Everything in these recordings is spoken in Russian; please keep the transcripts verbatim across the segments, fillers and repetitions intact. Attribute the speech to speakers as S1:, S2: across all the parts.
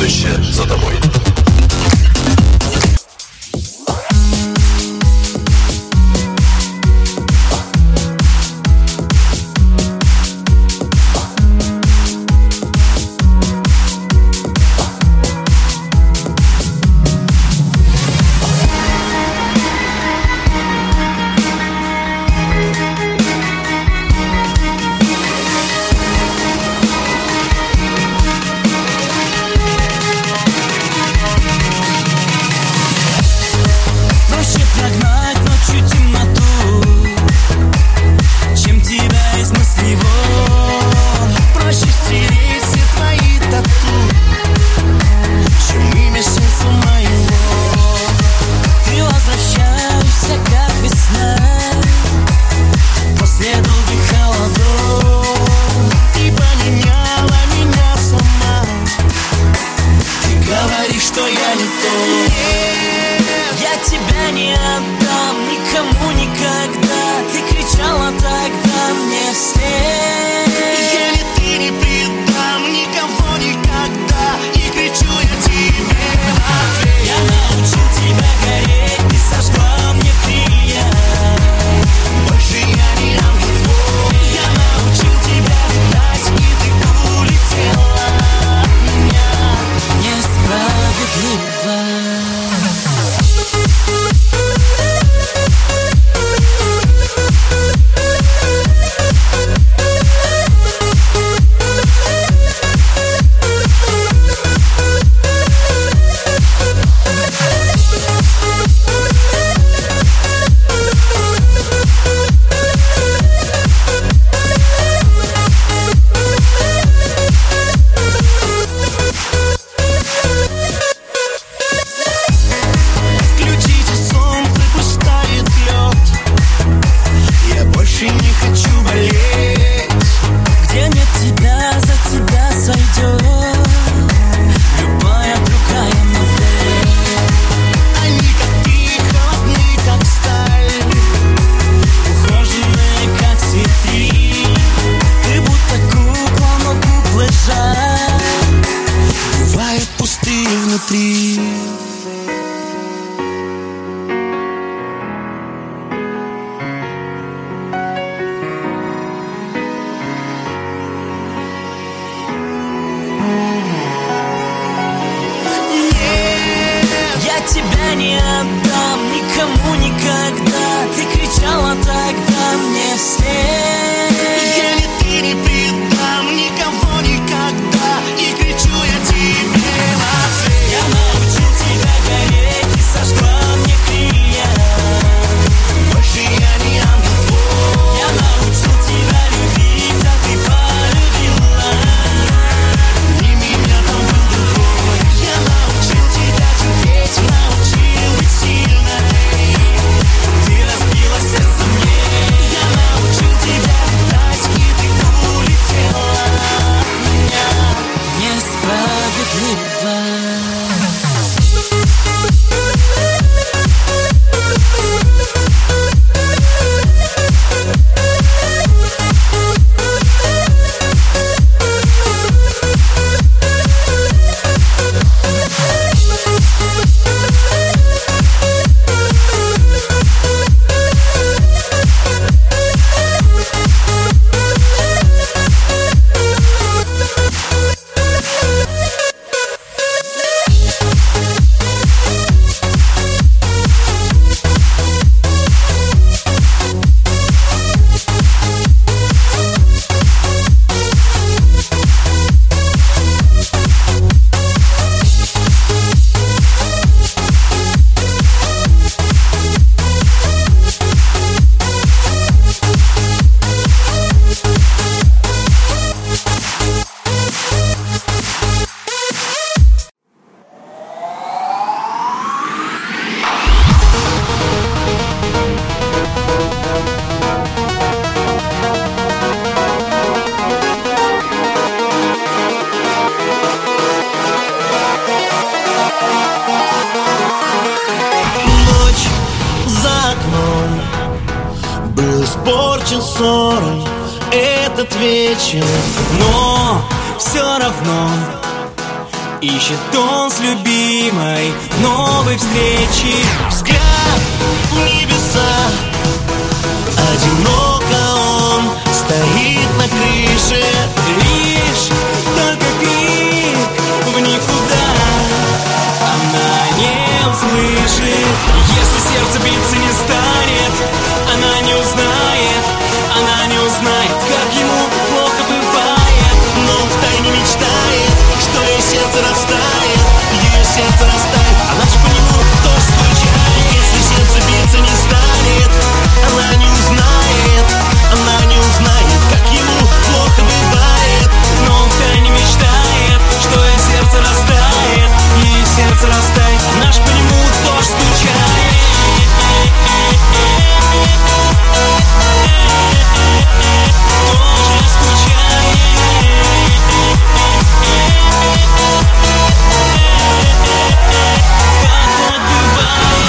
S1: будущее за тобой.
S2: испорчен ссорой этот вечер, но все равно
S1: Ищет он с любимой новой встречи.
S2: Взгляд в небеса, одиноко он стоит на крыше.
S1: Лишь только крик в никуда она не услышит. Если сердце биться не станет, она не узнает, она не узнает, как ему плохо бывает.
S2: Но он втайне мечтает, что ее сердце растает, ее сердце растает, она ж по нему тоже скучает. Если сердце биться не станет, она не узнает, она не узнает, как ему плохо бывает.
S1: Но он втайне мечтает, что ее сердце растает, ее сердце растает, она ж по нему тоже скучает. Тоже скучает. Как вот бывает.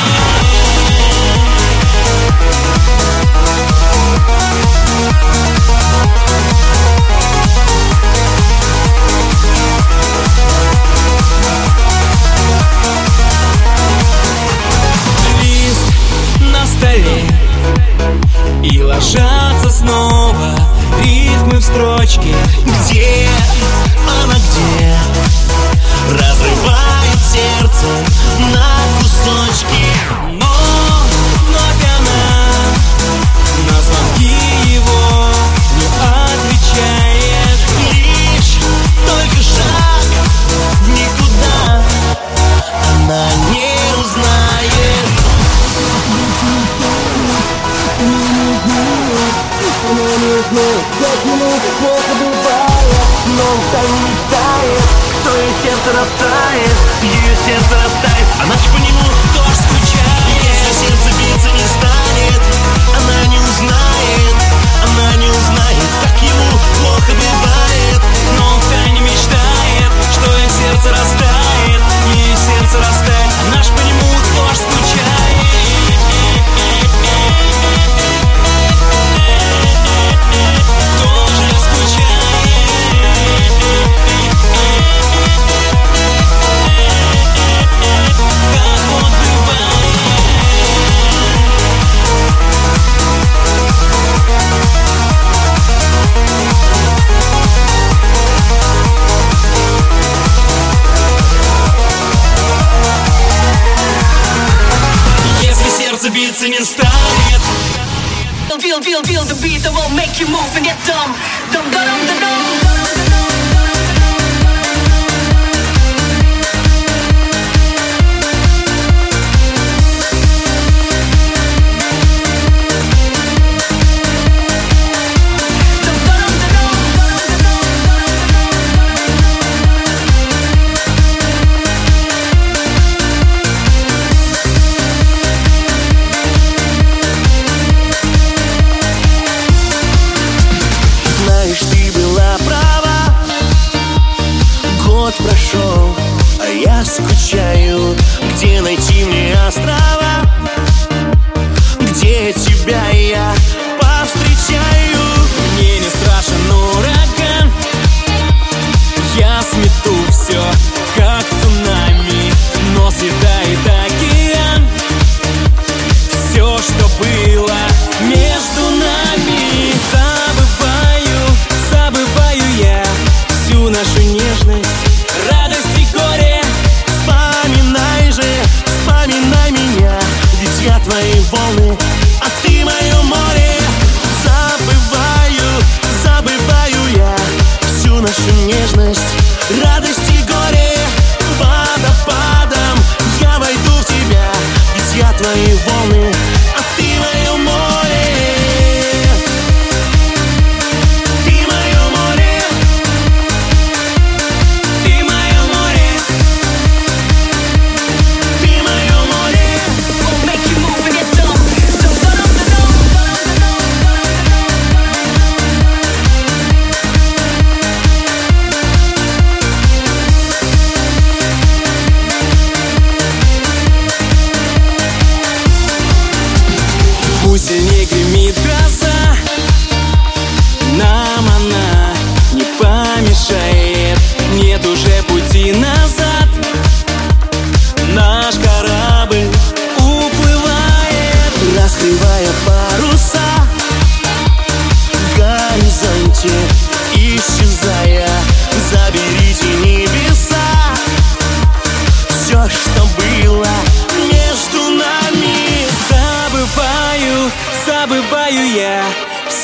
S1: Лист на столе, и ложатся снова рифмы в строчке.
S2: Где она, где разрывает сердце на кусочки.
S1: Но вновь она на звонки его не отвечает.
S2: Лишь только шаг в никуда она не узнает. Но он втайне мечтает, что ее сердце растает, ее сердце растает, она ж по нему тоже скучает. Если сердце биться не станет, она не узнает, она не узнает, как ему плохо бывает.
S1: Но он втайне мечтает, что ее сердце растает, ее сердце растает, она ж по нему тоже скучает. Тоже скучает. Как вот бывает. Если сердце биться не станет,
S3: Feel, feel, feel the beat that will make you move and get dumb. Dum, dum, dum, dum.
S2: Знаешь, ты была права, год прошел, а я скучаю. Где найти мне острова, где тебя я повстречаю?
S1: Мне не страшен ураган, я смету все, как цунами, но съедает океан все, что было между нами. Забываю, забываю я всю нашу нежность, радость и горе.
S2: Вспоминай же, вспоминай меня, ведь я твои волны, а ты мое море. Забываю, забываю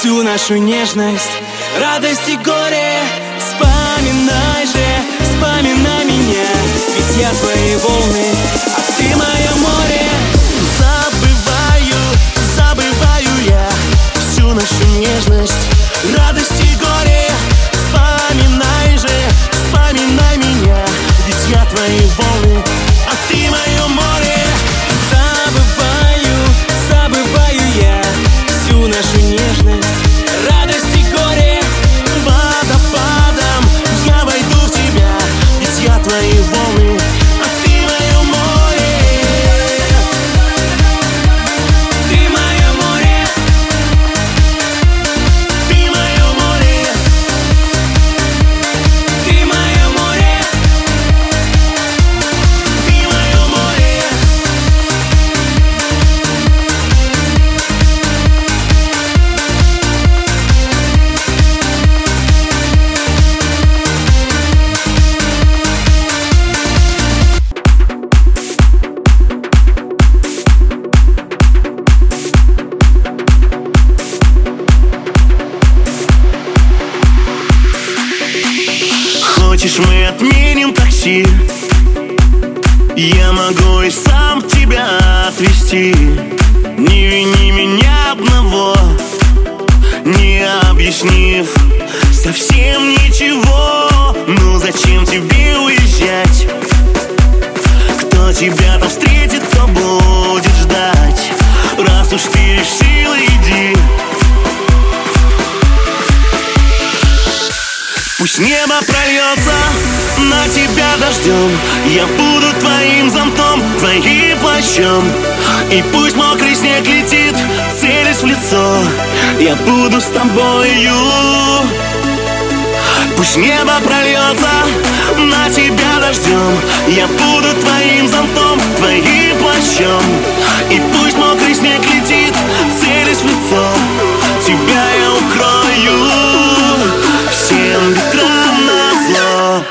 S1: всю нашу нежность, радость и горе. Вспоминай же, вспоминай меня, ведь я твои волны, а ты мое море.
S2: Забываю, забываю я всю нашу нежность, радость и горе. Вспоминай же, вспоминай меня, ведь я твои волны, а ты мое море.
S1: Забываю, забываю я всю нашу нежность, радость и горе.
S2: Водопадом я войду в тебя, ведь я твои волны, а ты мое море.
S1: Ты мое море,
S2: Ты мое море,
S1: ты мое море.
S2: ты мое море. Хочешь, мы отменим такси? Я могу и сам тебя отвезти. Не вини меня одного, не объяснив совсем ничего. Ну зачем тебе уезжать? Кто тебя-то встретит, кто будет ждать? Раз уж ты решила, иди. Пусть небо прольется на тебя дождем, я буду твоим зонтом, твоим плащом. И пусть мокрый снег летит, целясь в лицо, я буду с тобою. Пусть небо прольется на тебя дождем, я буду твоим зонтом, твоим плащом. И пусть мокрый снег летит, целясь в лицо, тебя я укрою всем ветрам назло.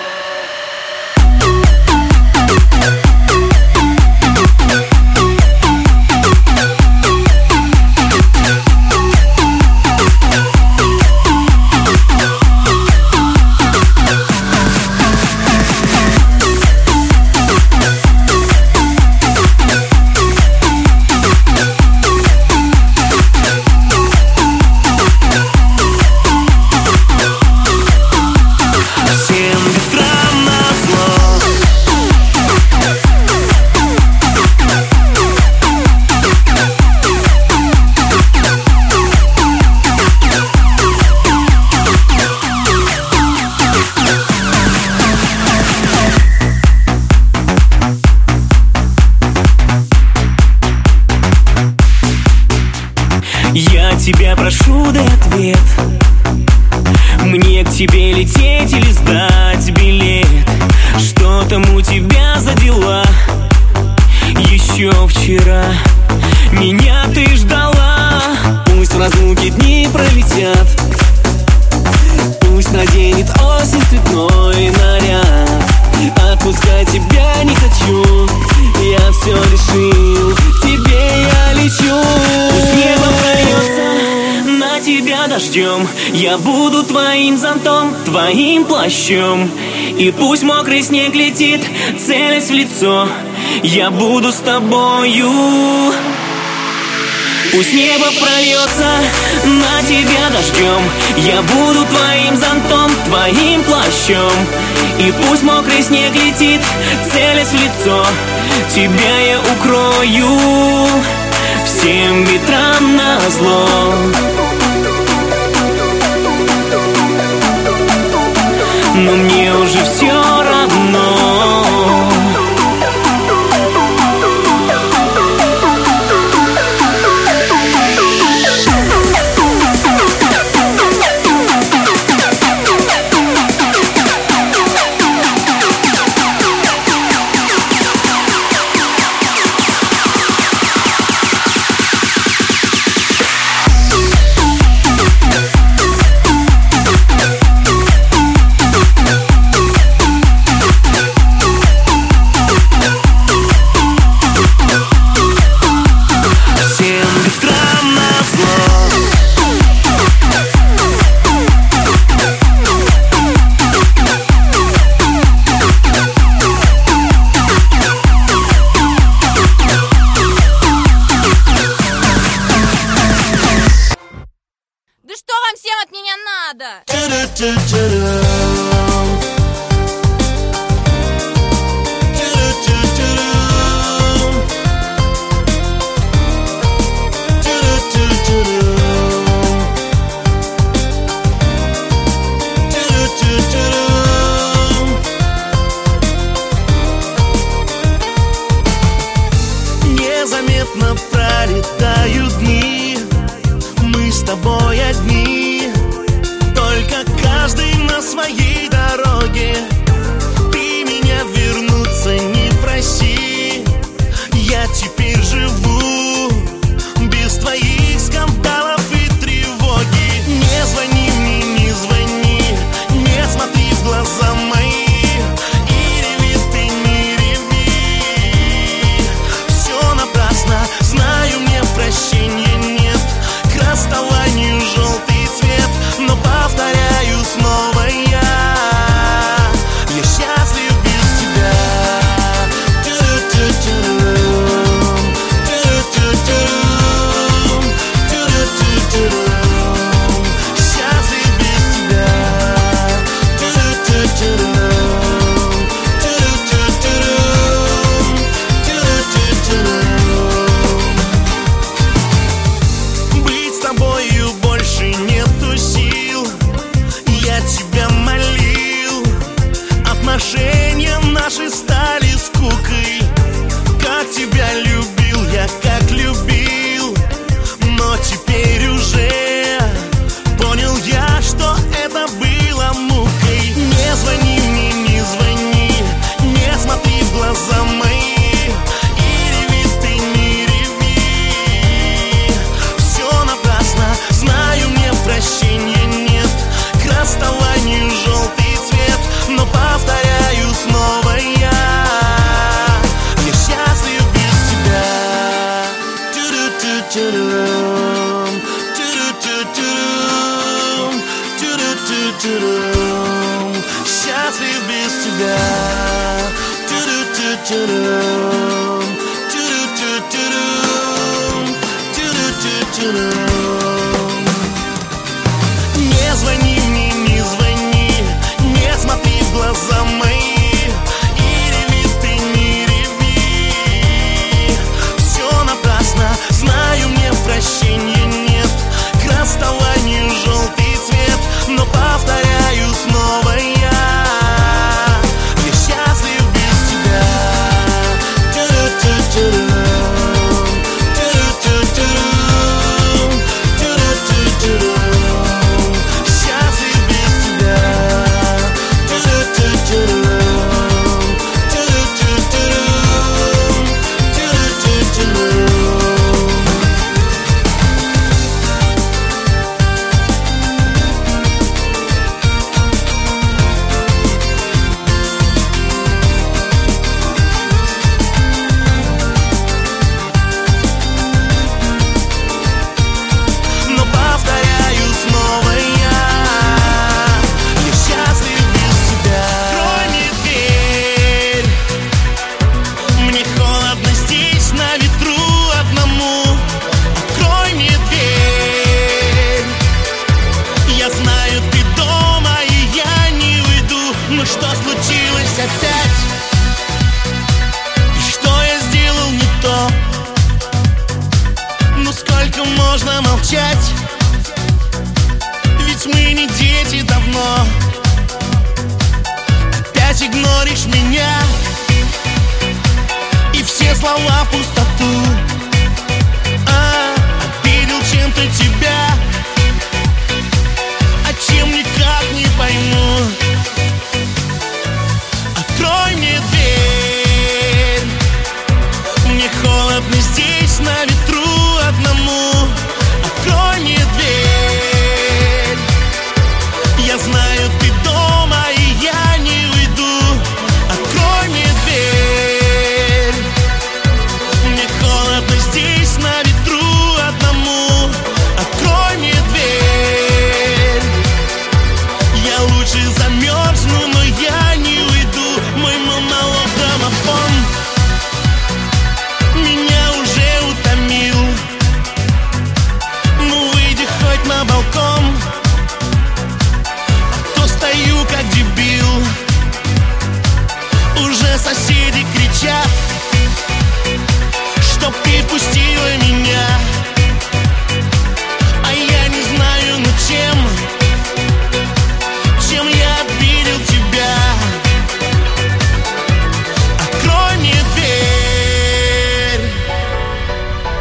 S1: Я тебя прошу, дай ответ. Мне к тебе лететь или сдать билет? Что там у тебя за дела? Еще вчера меня ты ждала. Пусть в разлуке дни пролетят, пусть наденет осень цветной наряд. Отпускать тебя не хочу, я все решил, к тебе я лечу. Пусть небо прольется на тебя дождем, я буду твоим зонтом, твоим плащом. И пусть мокрый снег летит, целясь в лицо, я буду с тобою. Пусть небо прольется на тебя дождем, я буду твоим зонтом, твоим плащом. И пусть мокрый снег летит, целясь в лицо, тебя я укрою всем ветрам назло. Но мне уже все равно.
S2: Незаметно пролетают дни, мы с тобой одни, только каждый на своей дороге. Ты меня вернуться не проси, я теперь живу без твоих скандалов и тревоги. Не звони мне, не звони, не смотри в глаза мои. Знаю, мне прощения нет, к расставанию желтый цвет, но повторяю снова я, я счастлив без тебя. Ту-ру-ту-ту-рум, ту-ру-ту-ту-рум, ту-ру-ту-ту-рум, счастлив без тебя. Ту-ру-ту-ту-рум, ту-ру-ту-ту-рум, ту-ру-ту-ту-рум. Отношения наши стали скукой. Как тебя любил я, как любил, но теперь уже понял я, что это было мукой. Не звони мне, не звони, не смотри в глаза мои. И реви ты, не реви, все напрасно. Знаю, мне прощения нет, к расставанию желтый цвет, но повторяю снова я, я счастлив без тебя. Ту-ру-ту-ту-рум, ту-ру-ту-ту-рум, ту-ру-ту-ту-рум, счастлив без тебя. Ту-ру-ту-ту-рум, ту-ру-ту-ту-рум, ту-ру-ту-ту-рум. Не звони мне, не звони, не смотри в глаза мои. И реви ты, не реви, все напрасно. Знаю, мне прощения нет, к расставанию желтый цвет, но повторяю снова я, я счастлив без тебя. Ту-ру-ту-ту-рум, ту-ру-ту-ту-рум, ту-ру-ту-ту-рум, счастлив без тебя. Ту-ру-ту-ту-рум, ту-ру-ту-ту-рум, ту-ру-ту-ту-рум. Но повторяю снова я, я счастлив без тебя. Открой мне дверь, мне холодно здесь на ветру одному. Открой мне дверь, я знаю, ты дома и я не уйду. Ну что случилось опять? И что я сделал не то? Ну сколько можно молчать? Ведь мы не дети давно. Опять игноришь меня, и все слова в пустоту. А, обидел чем-то тебя, а чем никак не пойму. Открой мне дверь, мне холодно здесь на ветру одному. Открой мне дверь, я знаю, ты дома и я не уйду. Открой мне дверь, мне холодно здесь на ветру одному. Открой мне дверь, я лучше замерзну, но я не уйду. Мой монолог граммофон меня уже утомил. Ну выйди хоть на балкон, а то стою как дебил. Уже соседи кричат, чтоб ты пустила меня. А я не знаю, ну чем, чем я обидел тебя. Открой мне дверь,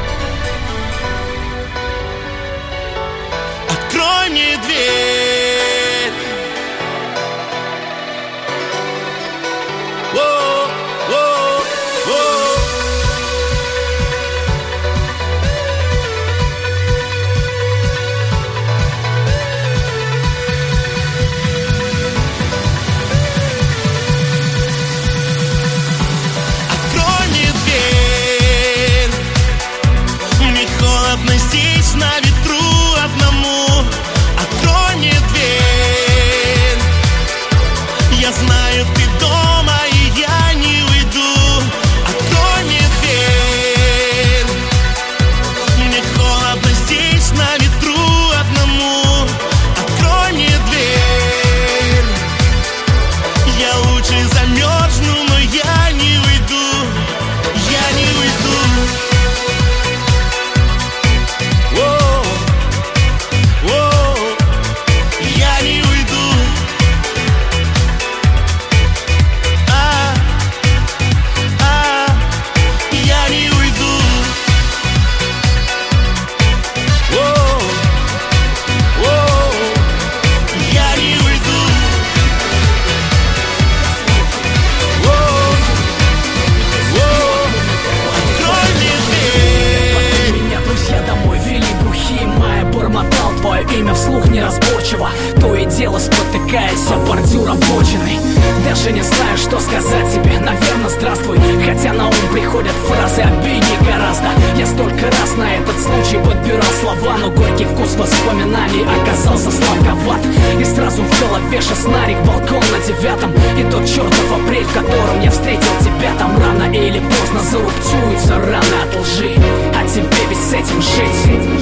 S4: даже не знаю, что сказать тебе. Наверное, здравствуй, хотя на ум приходят фразы обиднее гораздо. Я столько раз на этот случай подбирал слова, но горький вкус воспоминаний оказался сладковат. И сразу в голове шестнарик, балкон на девятом, и тот чертов апрель, в котором я встретил тебя. Там рано или поздно зарубцуются раны от лжи, а тебе ведь с этим жить.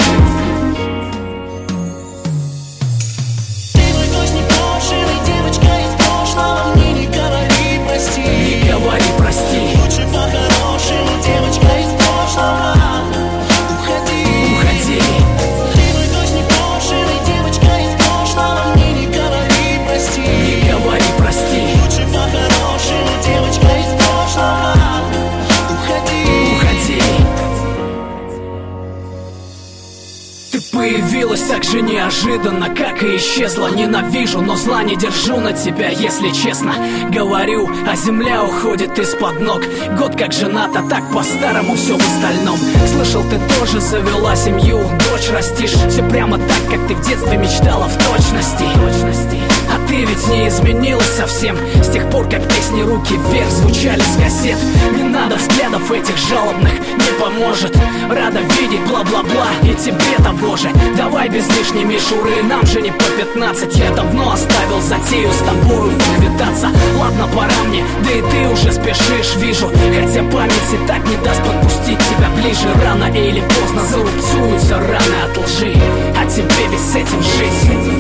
S4: Не говори прости.
S2: Лучше по-хорошему, девочка из прошлого. Уходи,
S4: уходи.
S2: Ты мой дождь непрошенный, девочка из прошлого. Мне не говори прости.
S4: Не говори прости.
S2: Лучше по-хорошему, девочка из прошлого. Уходи,
S4: уходи. Ты появилась так же неожиданно, как и исчезла. Ненавижу, но зла не держу на тебя, если честно. Говорю, а земля уходит из-под ног. Год как женат, а так по-старому все в остальном. Слышал, ты тоже завела семью, дочь растишь. Все прямо так, как ты в детстве мечтала в точности. А ты ведь не изменилась совсем с тех пор, как песни «Руки вверх» звучали с кассет. Не надо взглядов этих жалобных, не поможет. Рада видеть бла-бла-бла, и тебе того же. Давай без лишней мишуры, нам же не по пятнадцать. Я давно оставил затею с тобою поквитаться. Ладно, пора мне, да и ты уже спешишь, вижу. Хотя память и так не даст подпустить тебя ближе. Рано или поздно зарубцуются раны от лжи, а тебе ведь с этим жить.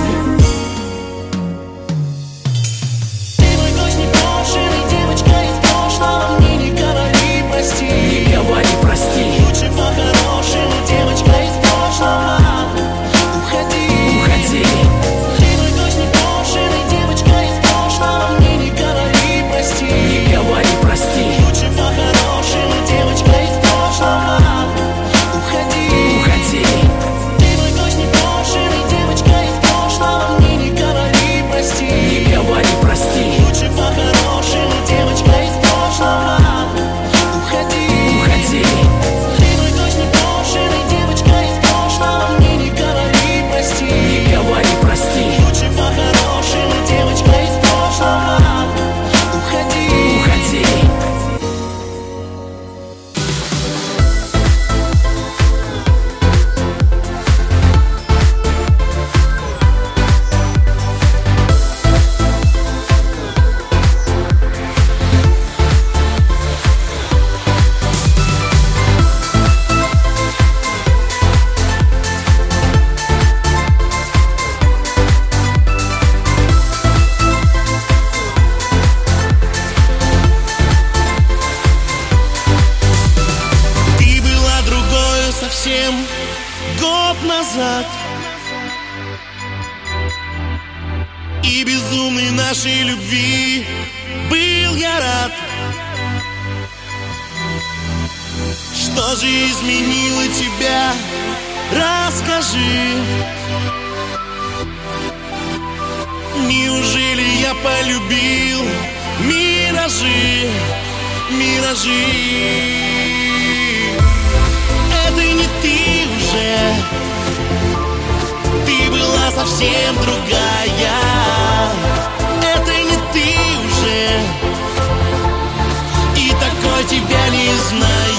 S4: Не говори прости.
S2: лучше по-хорошему, девочка из прошлого. Уходи,
S4: уходи.
S2: Ты мой дождь непрошенный, девочка из прошлого. Мне не говори прости.
S4: Не говори прости.
S2: Лучше по-хорошему, девочка из прошлого. Уходи,
S4: уходи.
S2: Ты мой дождь непрошенный, девочка из прошлого. Мне не говори прости.
S4: Не говори прости.
S2: Лучше по-хорошему, девочка из прошлого. Уходи,
S4: уходи.
S2: Ты мой дождь непрошенный, девочка из прошлого. Мне не говори прости.
S4: Не говори прости.
S2: Лучше по-хорошему, девочка из прошлого. Уходи,
S4: уходи.
S2: Ты была другою совсем год назад, и безумной нашей любви был я рад. Что же изменило тебя? Расскажи. Неужели я полюбил миражи, миражи? Это не ты уже, ты была совсем другая. Это не ты уже, и такой тебя не знаю.